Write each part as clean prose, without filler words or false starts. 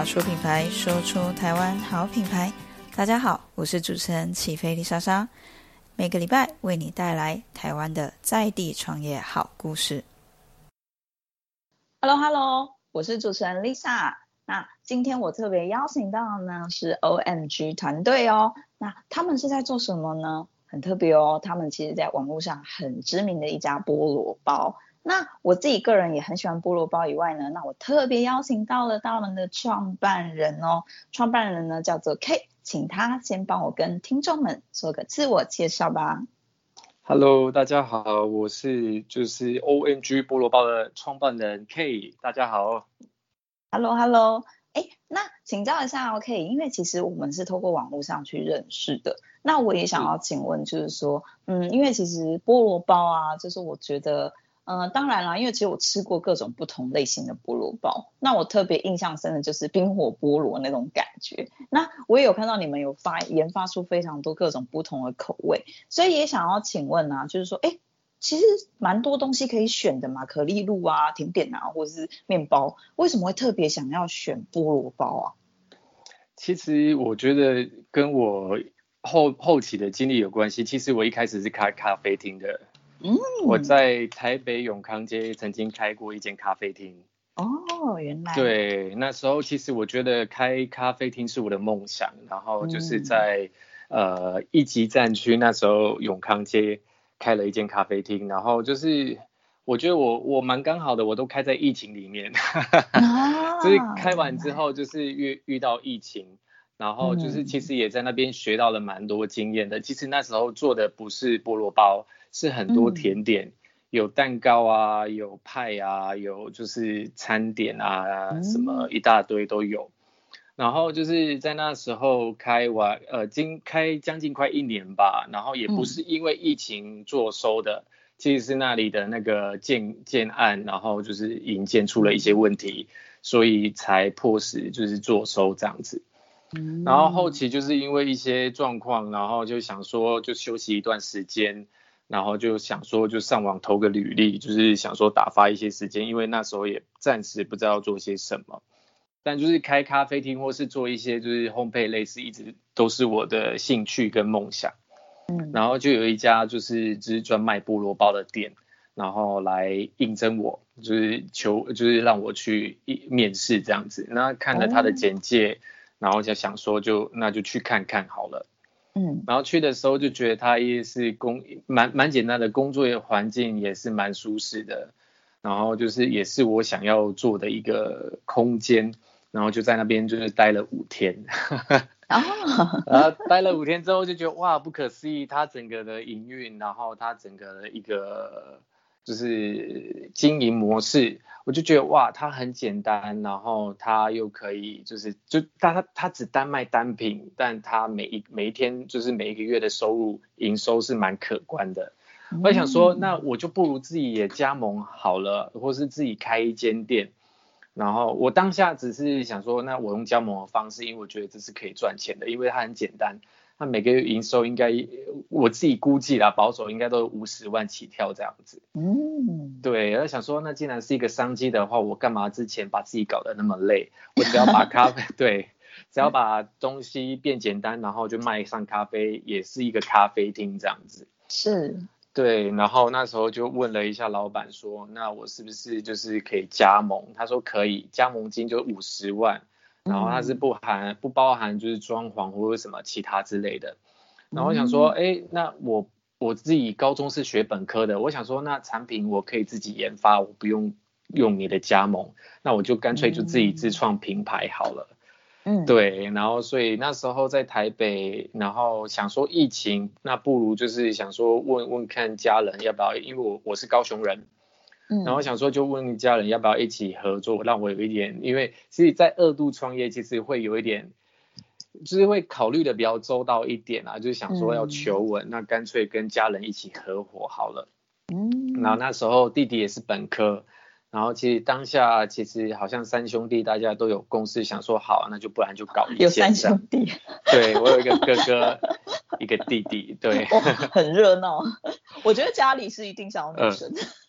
话说品牌，说出台湾好品牌。大家好，我是主持人起飞丽莎莎，每个礼拜为你带来台湾的在地创业好故事。Hello， 我是主持人 Lisa。那今天我特别邀请到的呢是 OMG 团队哦。那他们是在做什么呢？很特别哦，他们其实在网络上很知名的一家菠萝包。那我自己个人也很喜欢菠萝包以外呢，那我特别邀请到了他们的创办人哦。创办人呢叫做 K， 请他先帮我跟听众们做个自我介绍吧。 Hello， 大家好，我是OMG 菠萝包的创办人 K， 大家好。 Hello， 那请教一下 OK， 因为其实我们是透过网络上去认识的，那我也想要请问，就是说，因为其实菠萝包啊，就是我觉得，当然啦，因为其实我吃过各种不同类型的菠萝包，那我特别印象深的就是冰火菠萝那种感觉。那我也有看到你们有研发出非常多各种不同的口味，所以也想要请问啊，就是说，其实蛮多东西可以选的嘛，可丽露啊、甜点啊，或者是面包，为什么会特别想要选菠萝包啊？ 其实我觉得跟我后期的经历有关系。其实我一开始是开咖啡厅的，我在台北永康街曾经开过一间咖啡厅。 哦，原来。 对，那时候其实我觉得开咖啡厅是我的梦想，然后就是在一级战区那时候永康街开了一间咖啡厅，然后就是我觉得我蛮刚好的，我都开在疫情里面，就是开完之后就是遇到疫情，然后就是其实也在那边学到了蛮多经验的。其实那时候做的不是菠萝包，是很多甜点，有蛋糕啊，有派啊，有就是餐点啊，什么一大堆都有。然后就是在那时候开将近快1年吧，然后也不是因为疫情做收的，其实是那里的那个建案，然后就是营建出了一些问题，所以才迫使就是做收这样子。然后后期就是因为一些状况，然后就想说就休息一段时间，然后就想说就上网投个履历，就是想说打发一些时间，因为那时候也暂时不知道做些什么。但就是开咖啡厅或是做一些就是烘焙类似，一直都是我的兴趣跟梦想。然后就有一家就是专卖菠萝包的店，然后来应征我，就是让我去面试这样子。那看了他的简介，然后就想说那就去看看好了。然后去的时候就觉得他也是蛮简单的工作环境，也是蛮舒适的。然后就是也是我想要做的一个空间。然后就在那边就是待了5天，然后待了5天之后就觉得哇不可思议，它整个的营运，然后它整个的一个就是经营模式，我就觉得哇它很简单，然后它又可以它只单卖单品，但它每一天就是每一个月的营收是蛮可观的。我想说那我就不如自己也加盟好了，或是自己开一间店。然后我当下只是想说，那我用加盟的方式，因为我觉得这是可以赚钱的，因为它很简单，它每个月营收应该我自己估计啦，保守应该都有50万起跳这样子。对，然后想说，那既然是一个商机的话，我干嘛之前把自己搞得那么累？我只要把对，只要把东西变简单，然后就卖上咖啡，也是一个咖啡厅这样子。 是。 对，然后那时候就问了一下老板说，那我是不是就是可以加盟？他说可以，加盟金就50万，然后他是不包含就是装潢或者什么其他之类的。然后我想说，那我自己高中是学本科的，我想说那产品我可以自己研发，我不用你的加盟，那我就干脆就自己自创品牌好了。对，然后所以那时候在台北，然后想说疫情，那不如就是想说问问看家人要不要，因为我是高雄人，然后想说就问家人要不要一起合作，让我有一点，因为其实在2度创业，其实会有一点，就是会考虑的比较周到一点啊，就是想说要求稳，那干脆跟家人一起合伙好了。然后那时候弟弟也是本科。然后其实当下其实好像3兄弟大家都有共识，想说好，那就不然就搞一间。 有3兄弟。 对，我有一个哥哥，一个弟弟，对。 很热闹。我觉得家里是一定想要女生。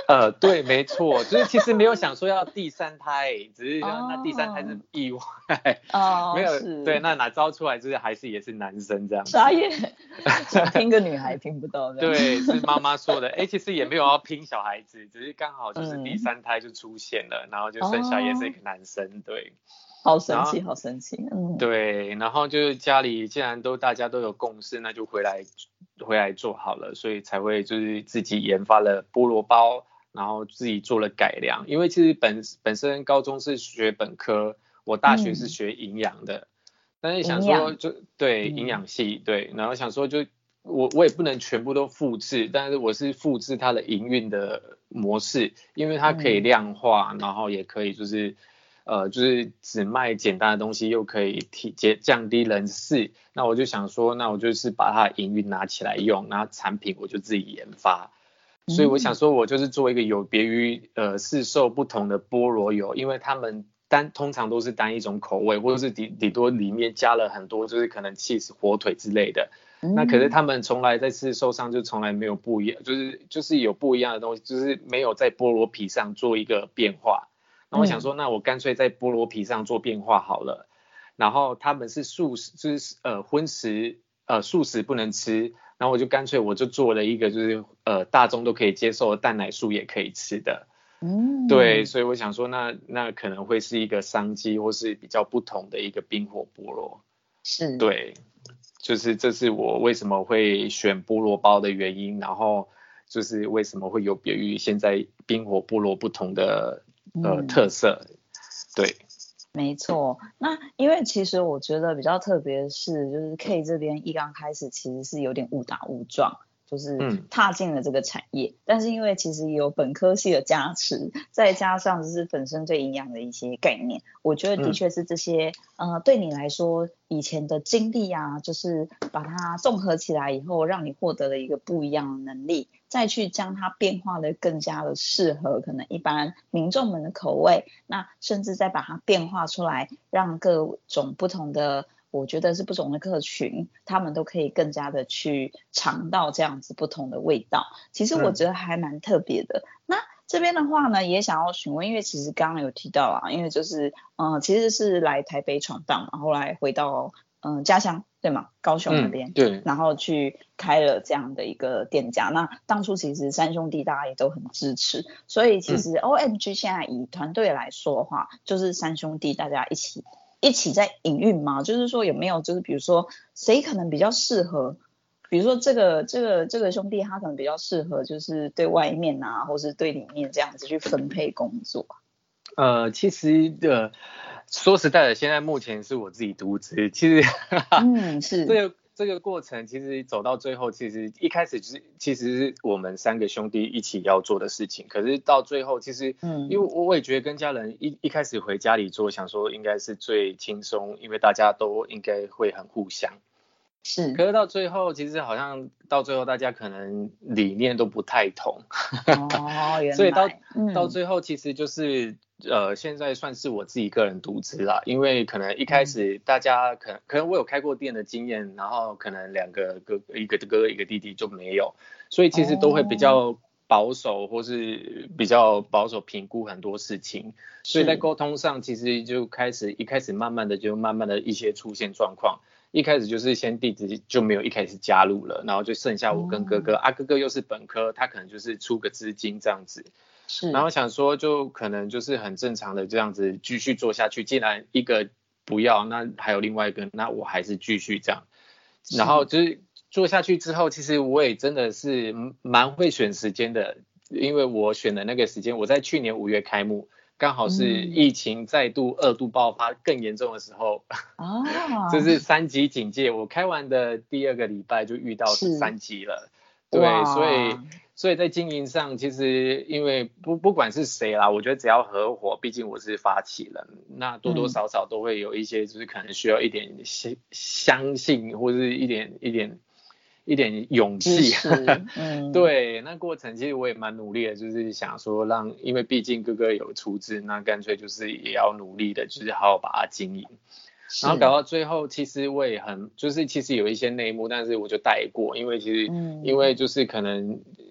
对，没错，就是其实没有想说要第三胎，只是说那第三胎是意外，没有，对， 是那哪招出来就是还是也是男生这样子。 傻眼，想拼个女孩拼不到这样。 对，是妈妈说的，其实也没有要拼小孩子，只是刚好就是第嗯， 三胎就出现了，然后就生下也是一哦， 个男生，对，然后好神奇，好神奇， 对，然后就是家里既然大家都有共识，那就回来做好了，所以才会就是自己研发了菠萝包，然后自己做了改良。因为其实本身高中是学本科，我大学是嗯， 学营养的，但是想营养， 说就对营嗯养系对，然后想说就我也不能全部都复制，但是我是复制它的营运的模式，因为它可以嗯量化，然后也可以就是只卖简单的东西，又可以降低人事。那我就想说，那我就是把它的营运拿起来用，然后产品我就自己研发。所以我想嗯说，我就是做一个有别于市售不同的菠萝油，因为他们通常都是单一种口味，或者是顶多里面加了很多，就是可能cheese火腿之类的。那可是嗯他们从来在市售上就从来没有不一样，就是有不一样的东西，就是没有在菠萝皮上做一个变化。那我想嗯说，那我干脆在菠萝皮上做变化好了。然后他们是素食，就是荤食，素食不能吃。然后我就做了一个就是大众都可以接受的蛋奶素也可以吃的。对， 嗯， 所以我想说那可能会是一个商机，或是比较不同的一个冰火菠萝。 是， 对，就是这是我为什么会选菠萝包的原因，然后就是为什么会有别于现在冰火菠萝不同的特嗯。 色。对， 没错，那因为其实我觉得比较特别的是，就是 K 这边一刚开始其实是有点误打误撞，就是嗯踏进了这个产业，但是因为其实也有本科系的加持，再加上就是本身对营养的一些概念，我觉得的嗯确是这些对你来说以前的经历啊，就是把它综合起来以后，让你获得了一个不一样的能力，再去将它变化的更加的适合可能一般民众们的口味，那甚至再把它变化出来，让各种不同的，我觉得是不同的客群，他们都可以更加的去尝到这样子不同的味道。其实我嗯觉得还蛮特别的。那这边的话呢，也想要询问，因为其实刚刚有提到啊，因为就是其实是来台北闯荡嘛，后来回到家乡对吗？高雄那边。 对， 然后去开了这样的一个店家，那当初其实三兄弟大家也都很支持，所以其实 OMG 现在以团队来说的话，就是三兄弟大家一起在营运嘛，就是说有没有就是比如说谁可能比较适合，比如说这个兄弟他可能比较适合就是对外面啊，或是对里面这样子去分配工作。 其实说实在的，现在目前是我自己独资。其实是， 这个过程，其实走到最后，其实一开始其实是我们三个兄弟一起要做的事情。可是到最后，其实因为我也觉得跟家人一开始回家里做，想说应该是最轻松，因为大家都应该会很互相。 是可是到最后，其实好像到最后大家可能理念都不太同， 哦， 所以原来到最后其实就是现在算是我自己个人独资啦，因为可能一开始大家可能我有开过店的经验，然后可能一个哥哥一个弟弟就没有，所以其实都会比哦较保守或是比较保守评估很多事情，所以在是沟通上其实就一开始慢慢的一些出现状况。一开始就是先弟子就没有一开始加入了，然后就剩下我跟哥哥，哥哥又是本科，他可能就是出个资金这样子，然后想说就可能就是很正常的这样子继续做下去，既然一个不要，那还有另外一个，那我还是继续这样，然后就是做下去之后，其实我也真的是蛮会选时间的，因为我选的那个时间，我在去年5月开幕。刚好是疫情再度2度爆发更严重的时候，这是3级警戒，我开完的第2个礼拜就遇到3级了，对，所以在经营上，其实因为不管是谁啦，我觉得只要合伙，毕竟我是发起人，那多多少少都会有一些就是可能需要一点相信或是一点勇气，对，那过程其实我也蛮努力的，就是想说因为毕竟哥哥有出资，那干脆就是也要努力的，就是好好把它经营。然后搞到最后，其实我也就是其实有一些内幕，但是我就带过，因为其实因为就是可能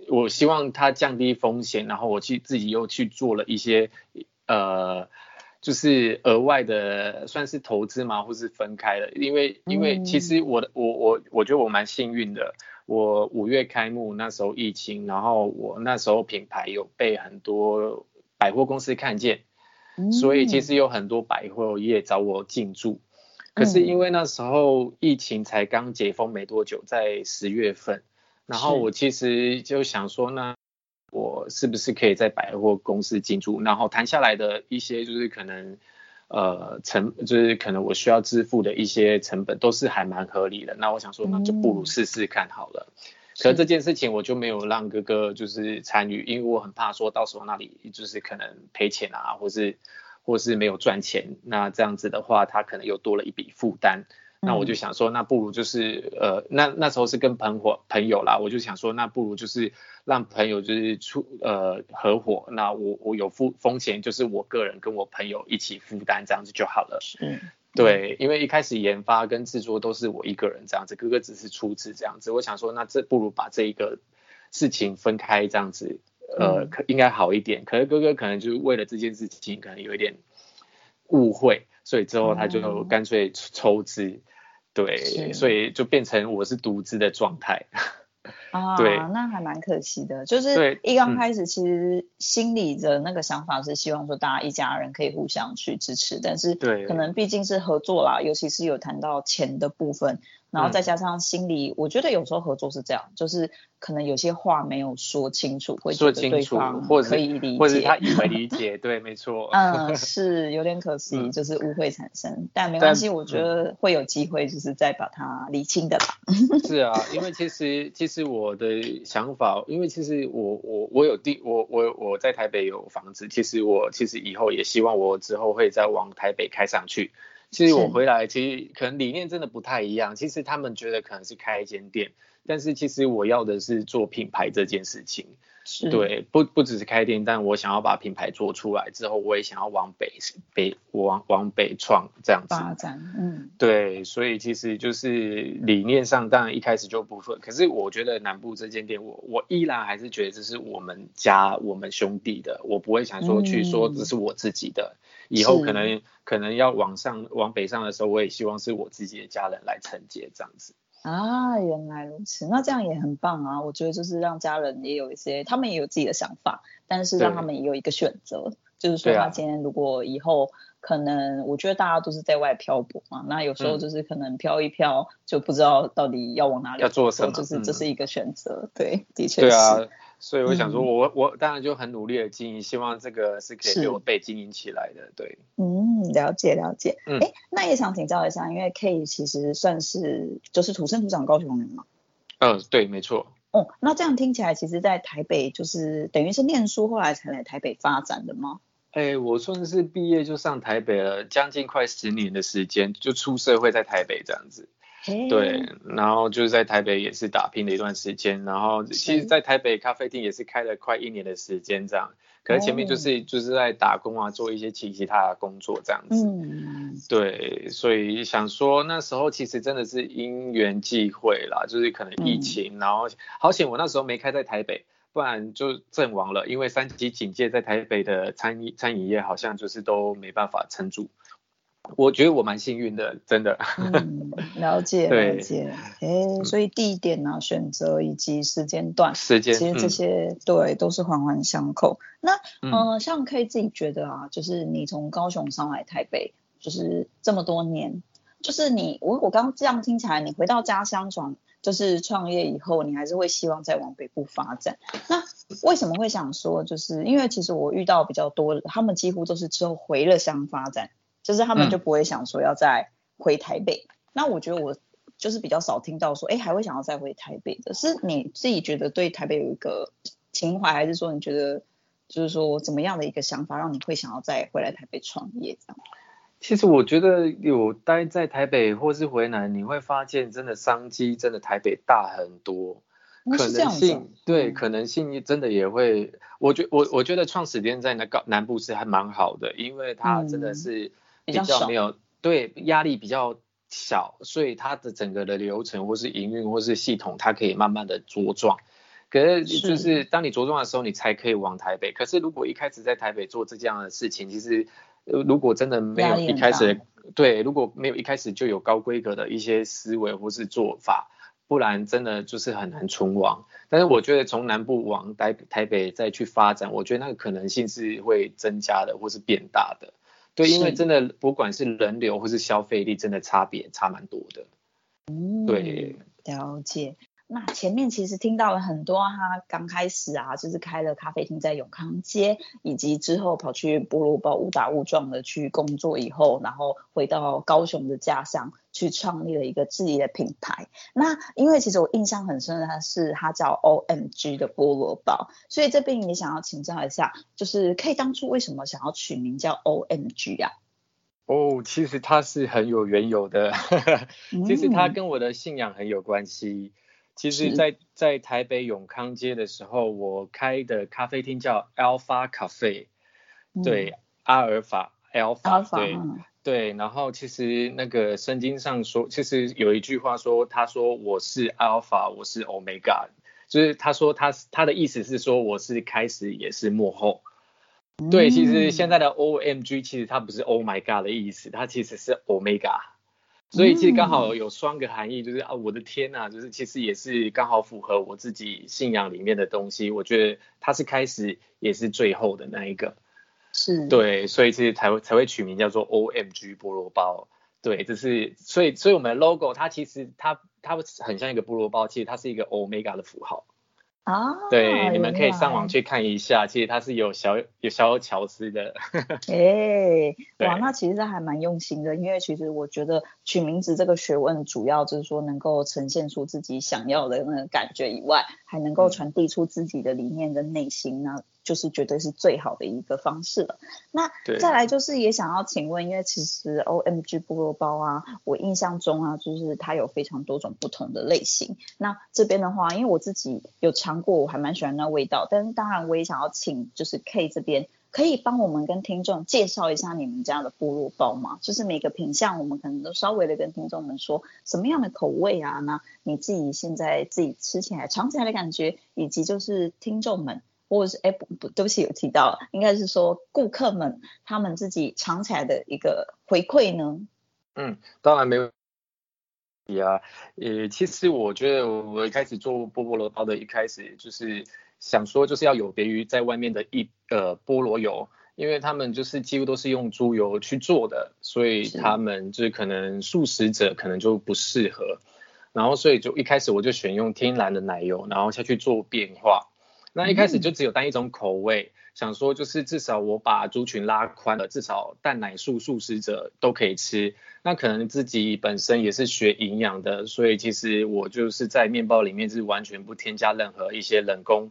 我希望它降低风险，然后我自己又去做了一些就是额外的算是投资嘛，或是分开的，因为其实我觉得我蛮幸运的，我5月开幕那时候疫情，然后我那时候品牌有被很多百货公司看见，所以其实有很多百货业找我进驻，可是因为那时候疫情才刚解封没多久，在10月份，然后我其实就想说那我是不是可以在百货公司进驻，然后谈下来的一些就是可能就是可能我需要支付的一些成本都是还蛮合理的，那我想说那就不如试试看好了。可是这件事情我就没有让哥哥就是参与，因为我很怕说到时候那里就是可能赔钱啊，或是没有赚钱，那这样子的话他可能又多了一笔负担。那我就想说，那不如就是那时候是跟朋友啦，我就想说，那不如就是让朋友就是合伙，那我有风险，就是我个人跟我朋友一起负担，这样子就好了。对，因为一开始研发跟制作都是我一个人这样子，哥哥只是出资这样子，我想说，那不如把这一个事情分开这样子，应该好一点。可是哥哥可能就是为了这件事情，可能有一点误会，所以之后他就干脆抽资。对，所以就变成我是独资的状态。对， 那还蛮可惜的。就是一刚开始，其实心里的那个想法是希望说大家一家人可以互相去支持，但是可能毕竟是合作啦，尤其是有谈到钱的部分，然后再加上心里，我觉得有时候合作是这样，就是可能有些话没有说清楚，会觉得对方可以理解， 或者他以为理解，对，没错。 是有点可惜，就是误会产生，但没关系，我觉得会有机会，就是再把它理清的啦。 是啊，因为其实我的想法，因为其实我在台北有房子，其实以后也希望我之后会再往台北开上去。其实我回来，其实可能理念真的不太一样。其实他们觉得可能是开一间店，但是其实我要的是做品牌这件事情。对，不只是开店，但我想要把品牌做出来之后，我也想要往北创这样子发展。 对，所以其实就是理念上当然一开始就不分，可是我觉得南部这间店，我依然还是觉得这是我们家我们兄弟的，我不会想说去说这是我自己的。以后可能要往北上的时候，我也希望是我自己的家人来承接这样子。 原来如此，那这样也很棒啊！我觉得就是让家人也有一些，他们也有自己的想法，但是让他们也有一个选择，就是说他今天如果以后可能，我觉得大家都是在外漂泊嘛，那有时候就是可能漂一漂就不知道到底要往哪里要做什么， 就是这是一个选择，对，的确是。 对啊，所以我想说我当然就很努力的经营，希望这个是可以被经营起来的，对。 了解。那也想请教一下，因为 K 其实算是就是土生土长高雄人嘛。 对，没错。 那这样听起来，其实在台北就是等于是念书，后来才来台北发展的吗？ 我算是毕业就上台北了，将近快10年的时间，就出社会在台北这样子。对，然后就是在台北也是打拼了一段时间，然后其实在台北咖啡厅也是开了快1年的时间这样，可是前面就是在打工啊，做一些其他的工作这样子。对，所以想说那时候其实真的是因缘际会啦，就是可能疫情，然后好险我那时候没开在台北，不然就阵亡了，因为3级警戒在台北的餐饮业好像就是都没办法撑住。我觉得我蛮幸运的，真的。 了解。所以地点啊、选择以及时间段， 其实这些对都是环环相扣。那像可以自己觉得啊，就是你从高雄上来台北，就是这么多年，就是我刚刚这样听起来，你回到家乡就是创业以后，你还是会希望再往北部发展。那为什么会想说，就是因为其实我遇到比较多的，他们几乎都是之后回了乡发展。就是他们就不会想说要再回台北。那我觉得我就是比较少听到说还会想要再回台北的。是你自己觉得对台北有一个情怀，还是说你觉得就是说怎么样的一个想法让你会想要再回来台北创业这样？ 其实我觉得有待在台北或是回南，你会发现真的商机真的台北大很多，可能性对，可能性真的也会，我觉得创始店在南部是还蛮好的，因为它真的是比较没有对压力比较小，所以它的整个的流程或是营运或是系统，它可以慢慢的茁壮。 可是就是当你着重的时候，你才可以往台北。可是如果一开始在台北做这样的事情，其实如果真的没有一开始，对，如果没有一开始就有高规格的一些思维或是做法，不然真的就是很难存亡。但是我觉得从南部往台北再去发展，我觉得那个可能性是会增加的或是变大的。对，因为真的不管是人流或是消费力，真的差蛮多的。对， 了解。那前面其实听到了很多他刚开始啊，就是开了咖啡厅在永康街，以及之后跑去菠萝包误打误撞的去工作以后，然后回到高雄的家乡去创立了一个自己的品牌。那因为其实我印象很深的他叫 OMG 的菠萝包，所以这边也想要请教一下，就是K当初为什么想要取名叫 OMG 啊？ 其实它是很有缘由的，其实它跟我的信仰很有关系。其实在台北永康街的时候，我开的咖啡厅叫 Alpha Cafe，对，阿尔法 Alpha，对，然后其实那个圣经上说，其实有一句话说，他说我是 Alpha， 我是 Omega， 就是他说他的意思是说我是开始也是末后。对，其实现在的 OMG 其实它不是 Oh my God 的意思，它其实是 Omega， 所以其实刚好有双个含义，就是我的天啊，就是其实也是刚好符合我自己信仰里面的东西，我觉得它是开始也是最后的那一个， 是， 对，所以其实才会取名叫做 OMG 菠萝包，对，这是所以我们的 logo 它其实它很像一个菠萝包，其实它是一个 Omega 的符号。对，你们可以上网去看一下，其实它是有小巧思的。 哇，那其实还蛮用心的，因为其实我觉得取名字这个学问，主要就是说能够呈现出自己想要的那个感觉以外，还能够传递出自己的理念跟内心呢。就是绝对是最好的一个方式了。那再来就是也想要请问，因为其实 OMG 菠萝包啊，我印象中啊，就是它有非常多种不同的类型。那这边的话，因为我自己有尝过，我还蛮喜欢那味道，但是当然我也想要请就是 K 这边可以帮我们跟听众介绍一下你们家的菠萝包吗？就是每个品项我们可能都稍微的跟听众们说什么样的口味啊，那你自己现在自己吃起来尝起来的感觉，以及就是听众们或者是对不起有提到，应该是说顾客们他们自己尝起来的一个回馈呢？ 当然没问题啊。其实我觉得我一开始做菠萝包的一开始就是想说就是要有别于在外面的菠萝油，因为他们就是几乎都是用猪油去做的，所以他们就是可能素食者可能就不适合，然后所以就一开始我就选用天然的奶油，然后下去做变化。那一开始就只有单一种口味，想说就是至少我把族群拉宽了，至少蛋奶素素食者都可以吃。那可能自己本身也是学营养的，所以其实我就是在面包里面是完全不添加任何一些人工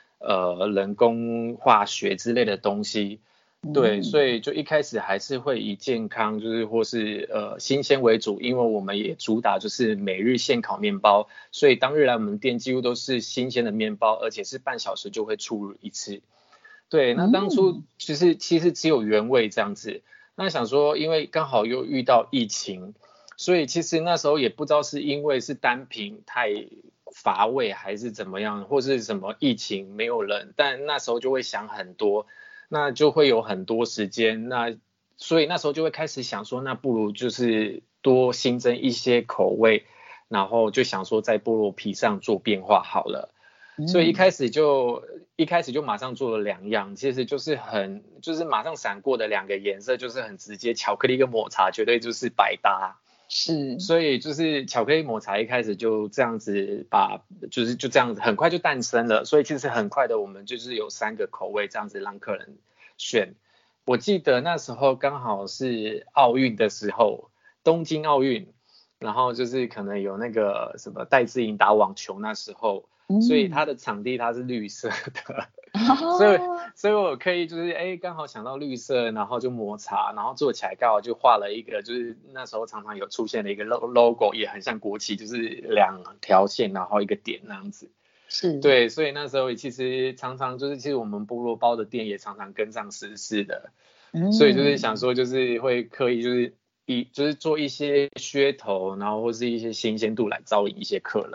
化学之类的东西。对，所以就一开始还是会以健康就是或是新鲜为主，因为我们也主打就是每日现烤面包，所以当日来我们店几乎都是新鲜的面包，而且是半小时就会出炉一次。对，那当初其实只有原味这样子，那想说因为刚好又遇到疫情，所以其实那时候也不知道是因为是单品太乏味还是怎么样，或是什么疫情没有人，但那时候就会想很多。那就会有很多时间，所以那时候就会开始想说，那不如就是多新增一些口味，然后就想说在菠萝皮上做变化好了。所以一开始就马上做了2样，其实就是马上闪过的2个颜色，就是很直接，巧克力跟抹茶绝对就是百搭。 是， 所以就是巧克力抹茶一开始就这样子就这样子很快就诞生了，所以其实很快的我们就是有3个口味这样子让客人选。我记得那时候刚好是奥运的时候，东京奥运，然后就是可能有那个什么戴资颖打网球那时候，所以它的场地它是绿色的。所以我可以就是刚好想到绿色，然后就抹茶，然后做起来刚好就画了一个，就是那时候常常有出现的一个 logo， 也很像国旗，就是2条线然后一个点那样子。 是， 对，所以那时候其实常常就是其实我们菠萝包的店也常常跟上时事的，所以就是想说就是会刻意就是做一些噱头，然后或是一些新鲜度来招引一些客人。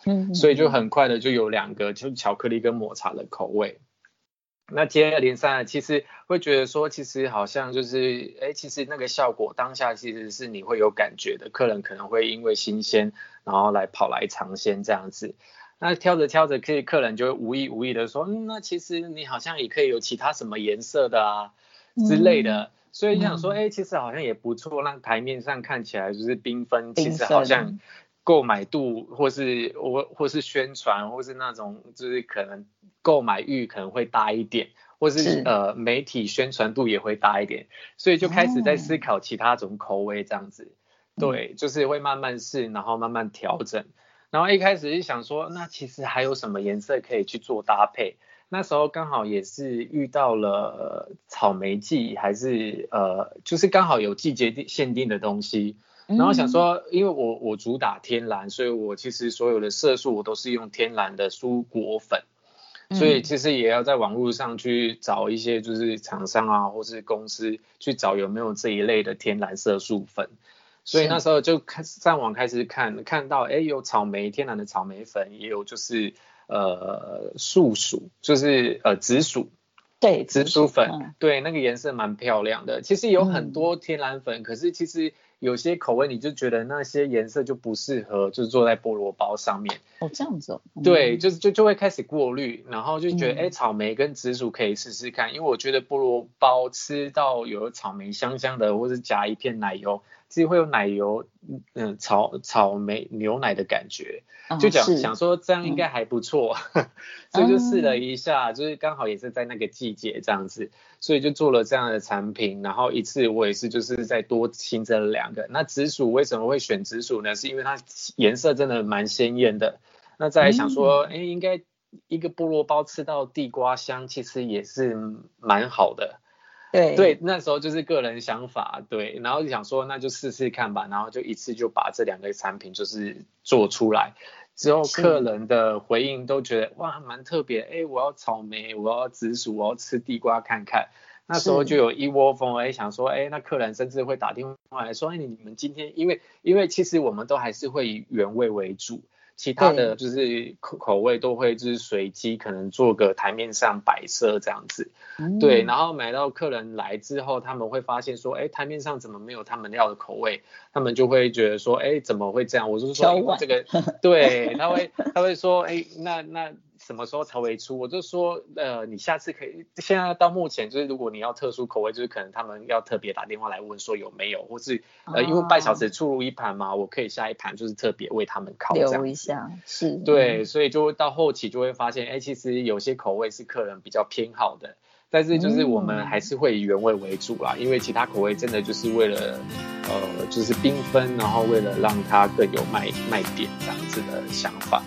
所以就很快的就有2个，就是巧克力跟抹茶的口味。那接二连三的，其实会觉得说，其实好像就是，其实那个效果当下其实是你会有感觉的，客人可能会因为新鲜，然后跑来尝鲜这样子。那挑着挑着，客人就会无意的说，那其实你好像也可以有其他什么颜色的啊之类的。所以想说，其实好像也不错，让台面上看起来就是缤纷，其实好像购买度或是宣传或是那种就是可能购买欲可能会大一点，或是媒体宣传度也会大一点，所以就开始在思考其他种口味这样子。对，就是会慢慢试，然后慢慢调整。然后一开始就想说，那其实还有什么颜色可以去做搭配？那时候刚好也是遇到了草莓季，还是就是刚好有季节限定的东西。然后想说，因为我主打天然，所以我其实所有的色素我都是用天然的蔬果粉，所以其实也要在网络上去找一些就是厂商啊，或是公司去找有没有这一类的天然色素粉。所以那时候就上网开始看到，有天然的草莓粉，也有就是树薯，就是紫薯。 对， 紫薯粉，对，那个颜色蛮漂亮的。其实有很多天然粉，可是其实有些口味你就觉得那些颜色就不适合，就是做在菠萝包上面。 这样子对，就会开始过滤，然后就觉得草莓跟紫薯可以试试看，因为我觉得菠萝包吃到有草莓香香的，或是夹一片奶油，其实会有奶油草莓牛奶的感觉，就想说这样应该还不错，所以就试了一下，就是刚好也是在那个季节这样子，所以就做了这样的产品，然后一次我也是就是再多新增了2个。那紫薯为什么会选紫薯呢？是因为它颜色真的蛮鲜艳的。那再来想说，应该一个菠萝包吃到地瓜香，其实也是蛮好的。对，那时候就是个人想法，对，然后就想说那就试试看吧，然后就一次就把这2个产品就是做出来，之后客人的回应都觉得哇蛮特别，我要草莓，我要紫薯，我要吃地瓜看看。那时候就有一窝蜂想说，那客人甚至会打电话来说，你们今天因为其实我们都还是会以原味为主。其他的就是口味都会就是随机可能做个台面上摆设这样子，对，然后买到客人来之后，他们会发现说，台面上怎么没有他们要的口味，他们就会觉得说，怎么会这样？我就说因为这个，对，他会说，那什么时候才会出？我就说，你下次可以，现在到目前就是如果你要特殊口味，就是可能他们要特别打电话来问说有没有，或是因为半小时出炉一盘嘛，我可以下一盘就是特别为他们烤这样留一下，是， 对，所以就到后期就会发现，其实有些口味是客人比较偏好的，但是就是我们还是会以原味为主啦，因为其他口味真的就是为了就是缤纷，然后为了让它更有卖点这样子的想法。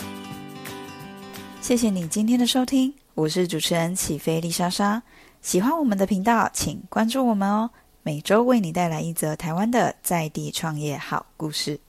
谢谢你今天的收听，我是主持人起飞丽莎莎。喜欢我们的频道，请关注我们哦。每周为你带来一则台湾的在地创业好故事。